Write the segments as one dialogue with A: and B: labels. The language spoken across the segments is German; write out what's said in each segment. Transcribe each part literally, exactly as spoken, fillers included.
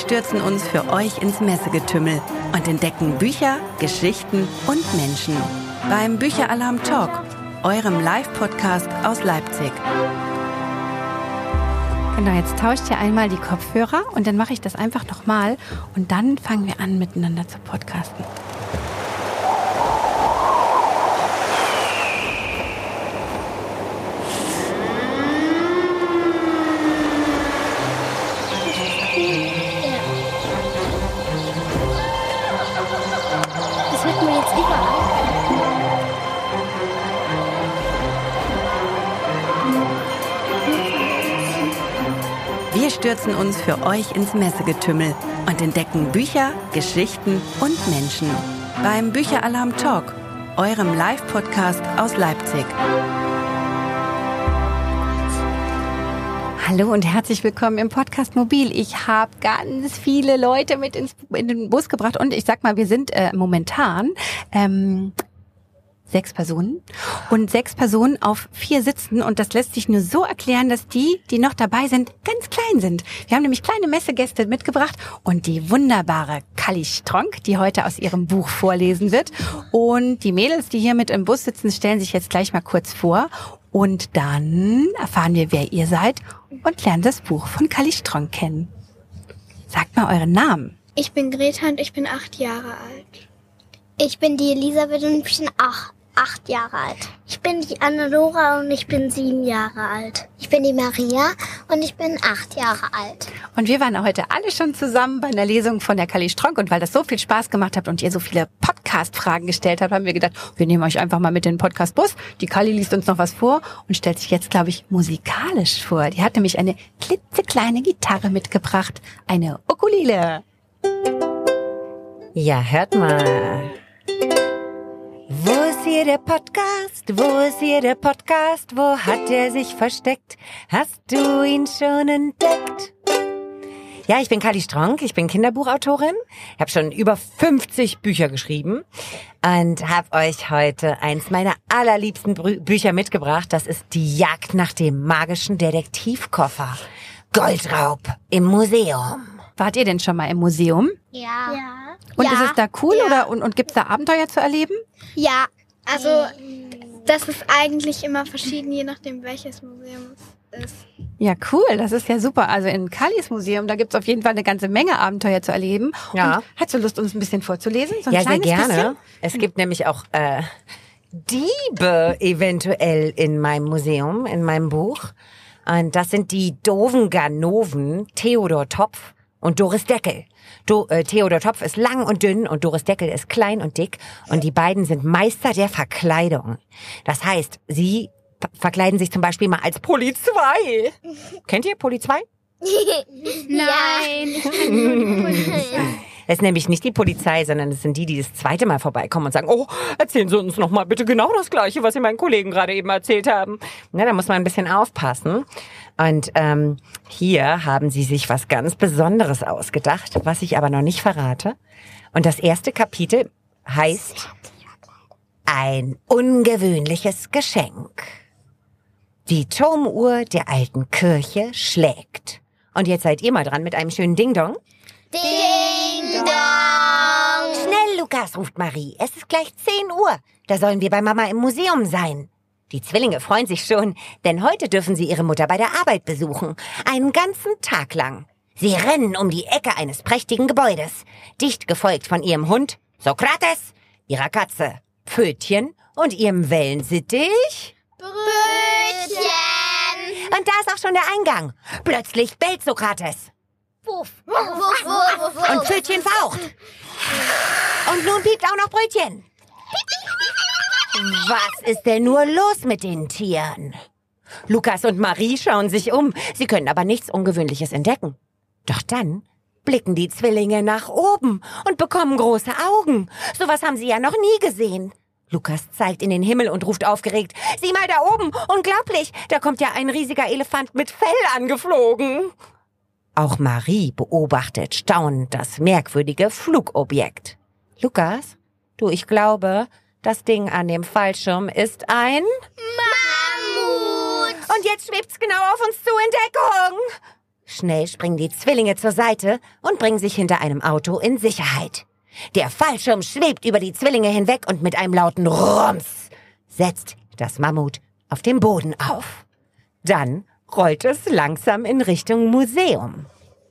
A: stürzen uns für euch ins Messegetümmel und entdecken Bücher, Geschichten und Menschen. Beim Bücheralarm Talk, eurem Live-Podcast aus Leipzig.
B: Genau, jetzt tauscht ihr einmal die Kopfhörer und dann mache ich das einfach nochmal und dann fangen wir an, miteinander zu podcasten.
C: Das hört man jetzt überall.
A: Wir stürzen uns für euch ins Messegetümmel und entdecken Bücher, Geschichten und Menschen. Beim Bücheralarm Talk, eurem Live-Podcast aus Leipzig.
B: Hallo und herzlich willkommen im Podcast Mobil. Ich habe ganz viele Leute mit ins, in den Bus gebracht und ich sag mal, wir sind äh, momentan ähm, sechs Personen und sechs Personen auf vier Sitzen und das lässt sich nur so erklären, dass die, die noch dabei sind, ganz klein sind. Wir haben nämlich kleine Messegäste mitgebracht und die wunderbare Kalli Stronk, die heute aus ihrem Buch vorlesen wird, und die Mädels, die hier mit im Bus sitzen, stellen sich jetzt gleich mal kurz vor und dann erfahren wir, wer ihr seid und lernen das Buch von Kalli Stronk kennen. Sagt mal euren Namen.
C: Ich bin Greta und ich bin acht Jahre alt.
D: Ich bin die Elisabeth und ich bin acht, acht Jahre alt.
E: Ich bin die Annalora und ich bin sieben Jahre alt.
D: Ich bin die Maria und ich bin acht Jahre alt.
B: Und wir waren heute alle schon zusammen bei einer Lesung von der Kalli Stronk und weil das so viel Spaß gemacht hat und ihr so viele Podcast-Fragen gestellt habt, haben wir gedacht, wir nehmen euch einfach mal mit in den Podcast-Bus. Die Kalli liest uns noch was vor und stellt sich jetzt, glaube ich, musikalisch vor. Die hat nämlich eine klitzekleine Gitarre mitgebracht, eine Ukulele.
F: Ja, hört mal. Wo ist hier der Podcast? Wo ist hier der Podcast? Wo hat er sich versteckt? Hast du ihn schon entdeckt? Ja, ich bin Kalli Stronk, ich bin Kinderbuchautorin. Ich habe schon über fünfzig Bücher geschrieben und habe euch heute eins meiner allerliebsten Bü- Bücher mitgebracht. Das ist Die Jagd nach dem magischen Detektivkoffer. Goldraub im Museum.
B: Wart ihr denn schon mal im Museum?
D: Ja.
E: Ja.
B: Und
D: Ja.
B: ist es da cool
C: Ja.
B: oder und, und gibt's da Abenteuer zu erleben?
C: Ja, also das ist eigentlich immer verschieden, je nachdem welches Museum es ist.
B: Ja, cool, das ist ja super. Also in Kallis Museum, da gibt's auf jeden Fall eine ganze Menge Abenteuer zu erleben.
F: Ja.
B: Und hast du Lust, uns ein bisschen vorzulesen? So ein
F: Ja, sehr
B: kleines
F: gerne.
B: Bisschen?
F: Es gibt nämlich auch äh, Diebe eventuell in meinem Museum, in meinem Buch. Und das sind die doofen Ganoven Theodor Topf und Doris Deckel. Do, äh, Theodor Topf ist lang und dünn und Doris Deckel ist klein und dick. Und die beiden sind Meister der Verkleidung. Das heißt, sie p- verkleiden sich zum Beispiel mal als Polizei. Kennt ihr Polizei?
C: Nein, ich kann nicht
F: Es ist nämlich nicht die Polizei, sondern es sind die, die das zweite Mal vorbeikommen und sagen, oh, erzählen Sie uns noch mal bitte genau das Gleiche, was Sie meinen Kollegen gerade eben erzählt haben. Na, da muss man ein bisschen aufpassen. Und ähm, hier haben sie sich was ganz Besonderes ausgedacht, was ich aber noch nicht verrate. Und das erste Kapitel heißt Ein ungewöhnliches Geschenk. Die Turmuhr der alten Kirche schlägt. Und jetzt seid ihr mal dran mit einem schönen Ding-Dong.
D: Ding dong!
F: Schnell, Lukas, ruft Marie. Es ist gleich zehn Uhr. Da sollen wir bei Mama im Museum sein. Die Zwillinge freuen sich schon, denn heute dürfen sie ihre Mutter bei der Arbeit besuchen. Einen ganzen Tag lang. Sie rennen um die Ecke eines prächtigen Gebäudes. Dicht gefolgt von ihrem Hund Sokrates, ihrer Katze Pfötchen und ihrem Wellensittich
D: Brötchen!
F: Und da ist auch schon der Eingang. Plötzlich bellt Sokrates.
D: Wuff, wuff, wuff, wuff.
F: Und Pfötchen faucht. Und nun piept auch noch Brötchen. Was ist denn nur los mit den Tieren? Lukas und Marie schauen sich um. Sie können aber nichts Ungewöhnliches entdecken. Doch dann blicken die Zwillinge nach oben und bekommen große Augen. Sowas haben sie ja noch nie gesehen. Lukas zeigt in den Himmel und ruft aufgeregt, sieh mal da oben, unglaublich, da kommt ja ein riesiger Elefant mit Fell angeflogen. Auch Marie beobachtet staunend das merkwürdige Flugobjekt. Lukas, du, ich glaube, das Ding an dem Fallschirm ist ein
D: Mammut!
F: Und jetzt schwebt's genau auf uns zu in Deckung. Schnell springen die Zwillinge zur Seite und bringen sich hinter einem Auto in Sicherheit. Der Fallschirm schwebt über die Zwillinge hinweg und mit einem lauten Rums setzt das Mammut auf dem Boden auf. Dann rollt es langsam in Richtung Museum.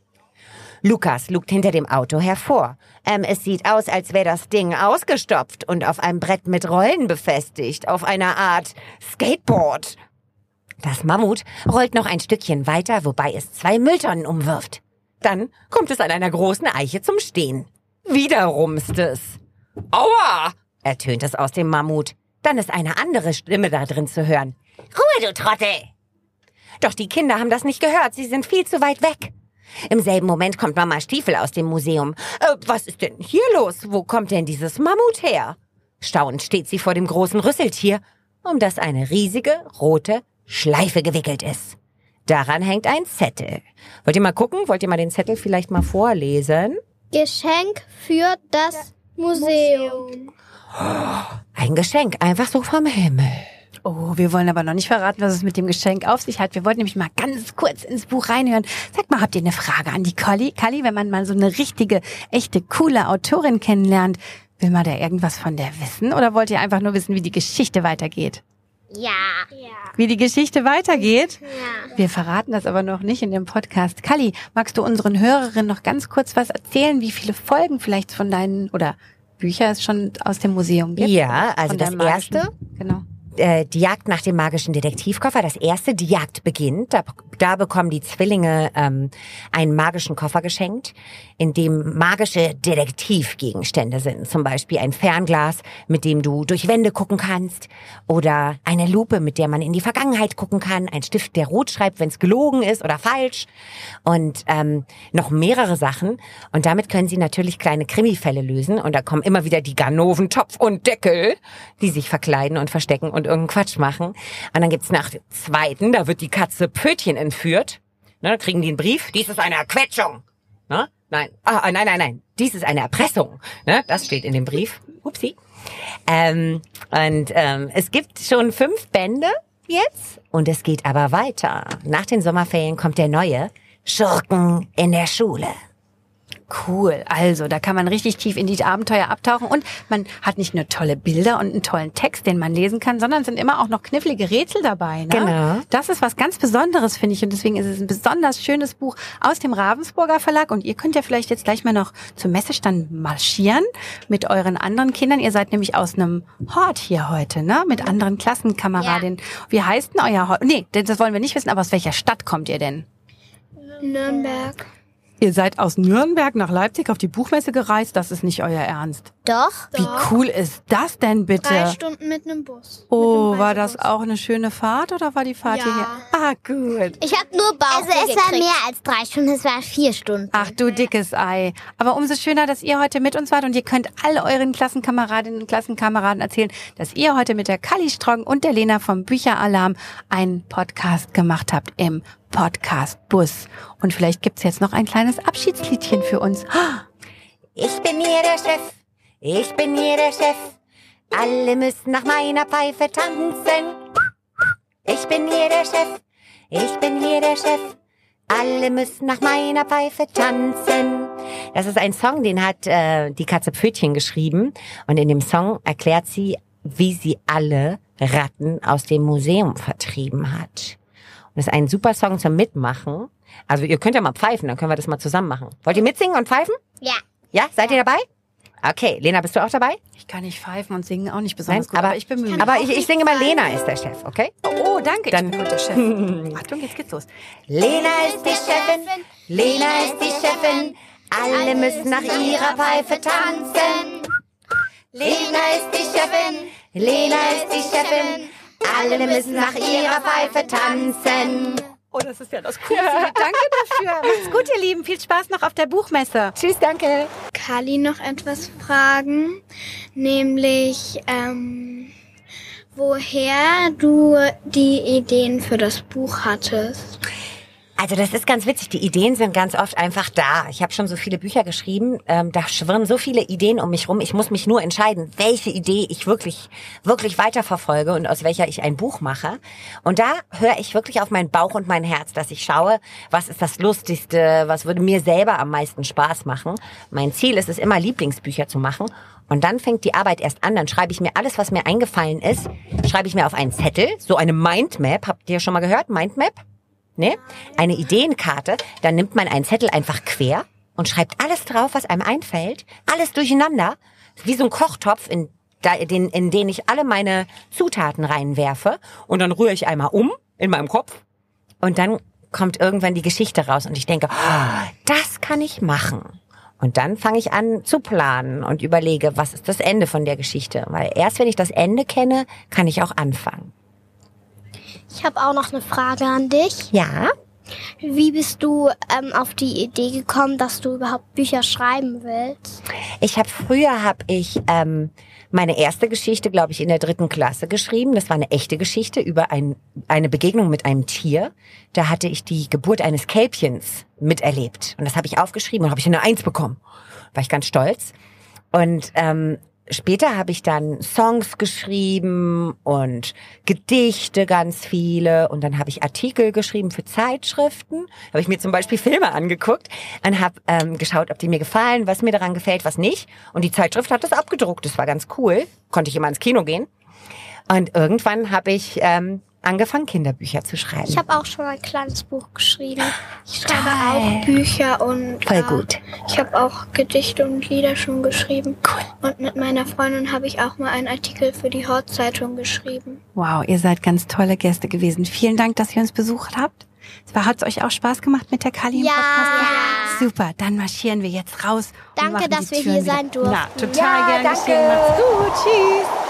F: Lukas lugt hinter dem Auto hervor. Ähm, es sieht aus, als wäre das Ding ausgestopft und auf einem Brett mit Rollen befestigt, auf einer Art Skateboard. Das Mammut rollt noch ein Stückchen weiter, wobei es zwei Mülltonnen umwirft. Dann kommt es an einer großen Eiche zum Stehen. Wieder rumst es. Aua! Ertönt es aus dem Mammut. Dann ist eine andere Stimme da drin zu hören. Ruhe, du Trottel! Doch die Kinder haben das nicht gehört, sie sind viel zu weit weg. Im selben Moment kommt Mama Stiefel aus dem Museum. Äh, was ist denn hier los? Wo kommt denn dieses Mammut her? Staunend steht sie vor dem großen Rüsseltier, um das eine riesige, rote Schleife gewickelt ist. Daran hängt ein Zettel. Wollt ihr mal gucken? Wollt ihr mal den Zettel vielleicht mal vorlesen?
C: Geschenk für das Museum.
F: Ein Geschenk, einfach so vom Himmel.
B: Oh, wir wollen aber noch nicht verraten, was es mit dem Geschenk auf sich hat. Wir wollten nämlich mal ganz kurz ins Buch reinhören. Sag mal, habt ihr eine Frage an die Kalli? Kalli, wenn man mal so eine richtige, echte, coole Autorin kennenlernt, will man da irgendwas von der wissen? Oder wollt ihr einfach nur wissen, wie die Geschichte weitergeht?
E: Ja. Ja.
B: Wie die Geschichte weitergeht?
E: Ja.
B: Wir verraten das aber noch nicht in dem Podcast. Kalli, magst du unseren Hörerinnen noch ganz kurz was erzählen, wie viele Folgen vielleicht von deinen, oder Bücher es schon aus dem Museum gibt?
F: Ja, also
B: Von
F: das
B: deinem magischen-
F: erste,
B: Genau.
F: äh, die Jagd nach dem magischen Detektivkoffer. Das erste, die Jagd beginnt. Da, da bekommen die Zwillinge ähm, einen magischen Koffer geschenkt, in dem magische Detektivgegenstände sind. Zum Beispiel ein Fernglas, mit dem du durch Wände gucken kannst. Oder eine Lupe, mit der man in die Vergangenheit gucken kann. Ein Stift, der rot schreibt, wenn es gelogen ist oder falsch. Und ähm, noch mehrere Sachen. Und damit können sie natürlich kleine Krimifälle lösen. Und da kommen immer wieder die Ganoven, Topf und Deckel, die sich verkleiden und verstecken und irgendeinen Quatsch machen. Und dann gibt's nach dem zweiten, da wird die Katze Pötchen entführt. Ne, da kriegen die einen Brief. Dies ist eine Erquetschung. Ne? Nein, ah, nein, nein, nein. Dies ist eine Erpressung. Ne? Das steht in dem Brief. Upsi. Ähm, und ähm, es gibt schon fünf Bände jetzt. Und es geht aber weiter. Nach den Sommerferien kommt der neue Schurken in der Schule.
B: Cool. Also, da kann man richtig tief in die Abenteuer abtauchen und man hat nicht nur tolle Bilder und einen tollen Text, den man lesen kann, sondern es sind immer auch noch knifflige Rätsel dabei. Ne?
F: Genau.
B: Das ist was ganz Besonderes, finde ich. Und deswegen ist es ein besonders schönes Buch aus dem Ravensburger Verlag. Und ihr könnt ja vielleicht jetzt gleich mal noch zum Messestand marschieren mit euren anderen Kindern. Ihr seid nämlich aus einem Hort hier heute, ne? Mit anderen Klassenkameradinnen. Ja. Wie heißt denn euer Hort? Nee, das wollen wir nicht wissen, aber aus welcher Stadt kommt ihr denn?
C: Nürnberg.
B: Ihr seid aus Nürnberg nach Leipzig auf die Buchmesse gereist, das ist nicht euer Ernst.
E: Doch.
B: Wie cool ist das denn bitte?
C: Drei Stunden mit einem Bus.
B: Oh,
C: mit einem
B: war das
C: Reisebus.
B: auch eine schöne Fahrt oder war die Fahrt
C: Ja.
B: hierher? Ah, gut.
E: Ich habe nur Bauchweh Also es war
C: gekriegt.
E: mehr als drei Stunden, es waren vier Stunden.
B: Ach du dickes Ei. Aber umso schöner, dass ihr heute mit uns wart und ihr könnt all euren Klassenkameradinnen und Klassenkameraden erzählen, dass ihr heute mit der Kalli Strong und der Lena vom Bücheralarm einen Podcast gemacht habt im Podcast-Bus. Und vielleicht gibt's jetzt noch ein kleines Abschiedsliedchen für uns.
F: Ich bin hier der Chef, ich bin hier der Chef. Alle müssen nach meiner Pfeife tanzen. Ich bin hier der Chef, ich bin hier der Chef. Alle müssen nach meiner Pfeife tanzen. Das ist ein Song, den hat äh, die Katze Pfötchen geschrieben. Und in dem Song erklärt sie, wie sie alle Ratten aus dem Museum vertrieben hat. Und das ist ein super Song zum Mitmachen. Also ihr könnt ja mal pfeifen, dann können wir das mal zusammen machen. Wollt ihr mitsingen und pfeifen?
E: Ja.
F: Ja, seid ihr dabei? Okay, Lena, bist du auch dabei?
B: Ich kann nicht pfeifen und singen auch nicht besonders
F: Nein,
B: gut,
F: aber,
B: aber ich bemühe mich.
F: Aber ich, ich singe mal, Lena ist der Chef, okay?
B: Oh, danke.
F: Dann-
B: ich bin heute der Chef. Achtung, jetzt geht's los.
F: Lena ist die Chefin, Lena ist die Chefin. Alle müssen nach ihrer Pfeife tanzen. Lena ist die Chefin, Lena ist die Chefin. Alle müssen nach ihrer Pfeife tanzen.
B: Oh, das ist ja das Coolste. Danke dafür. Macht's gut, ihr Lieben. Viel Spaß noch auf der Buchmesse.
F: Tschüss, danke.
C: Kali noch etwas fragen, nämlich ähm, woher du die Ideen für das Buch hattest.
F: Also das ist ganz witzig. Die Ideen sind ganz oft einfach da. Ich habe schon so viele Bücher geschrieben. Ähm, da schwirren so viele Ideen um mich rum. Ich muss mich nur entscheiden, welche Idee ich wirklich, wirklich weiterverfolge und aus welcher ich ein Buch mache. Und da höre ich wirklich auf meinen Bauch und mein Herz, dass ich schaue, was ist das Lustigste, was würde mir selber am meisten Spaß machen. Mein Ziel ist es immer, Lieblingsbücher zu machen. Und dann fängt die Arbeit erst an. Dann schreibe ich mir alles, was mir eingefallen ist, schreibe ich mir auf einen Zettel, so eine Mindmap. Habt ihr schon mal gehört? Mindmap? Ne? Eine Ideenkarte, dann nimmt man einen Zettel einfach quer und schreibt alles drauf, was einem einfällt, alles durcheinander, wie so ein Kochtopf, in, den, in den ich alle meine Zutaten reinwerfe und dann rühre ich einmal um in meinem Kopf und dann kommt irgendwann die Geschichte raus und ich denke, oh, das kann ich machen. Und dann fange ich an zu planen und überlege, was ist das Ende von der Geschichte, weil erst wenn ich das Ende kenne, kann ich auch anfangen.
E: Ich habe auch noch eine Frage an dich.
F: Ja?
E: Wie bist du ähm, auf die Idee gekommen, dass du überhaupt Bücher schreiben willst?
F: Ich habe früher habe ich ähm, meine erste Geschichte, glaube ich, in der dritten Klasse geschrieben. Das war eine echte Geschichte über ein, eine Begegnung mit einem Tier. Da hatte ich die Geburt eines Kälbchens miterlebt. Und das habe ich aufgeschrieben und habe ich eine Eins bekommen. War ich ganz stolz. Und ähm, später habe ich dann Songs geschrieben und Gedichte, ganz viele. Und dann habe ich Artikel geschrieben für Zeitschriften. Habe ich mir zum Beispiel Filme angeguckt und habe ähm, geschaut, ob die mir gefallen, was mir daran gefällt, was nicht. Und die Zeitschrift hat das abgedruckt. Das war ganz cool. Konnte ich immer ins Kino gehen. Und irgendwann habe ich ähm, angefangen, Kinderbücher zu schreiben.
E: Ich habe auch schon ein kleines Buch geschrieben.
C: Ich schreibe auch Bücher und
F: Voll
C: äh,
F: gut.
C: ich habe auch Gedichte und Lieder schon geschrieben.
F: Cool.
C: Und mit meiner Freundin habe ich auch mal einen Artikel für die Hort-Zeitung geschrieben.
B: Wow, ihr seid ganz tolle Gäste gewesen. Vielen Dank, dass ihr uns besucht habt. Hat es euch auch Spaß gemacht mit der Kali im
E: Ja.
B: Podcast? Super, dann marschieren wir jetzt raus. und
E: Danke,
B: machen
E: dass
B: die
E: wir
B: Türen
E: hier
B: wieder.
E: sein durften.
B: Na, total
F: Ja,
B: gern
F: danke.
B: geschehen. Macht's gut. Tschüss.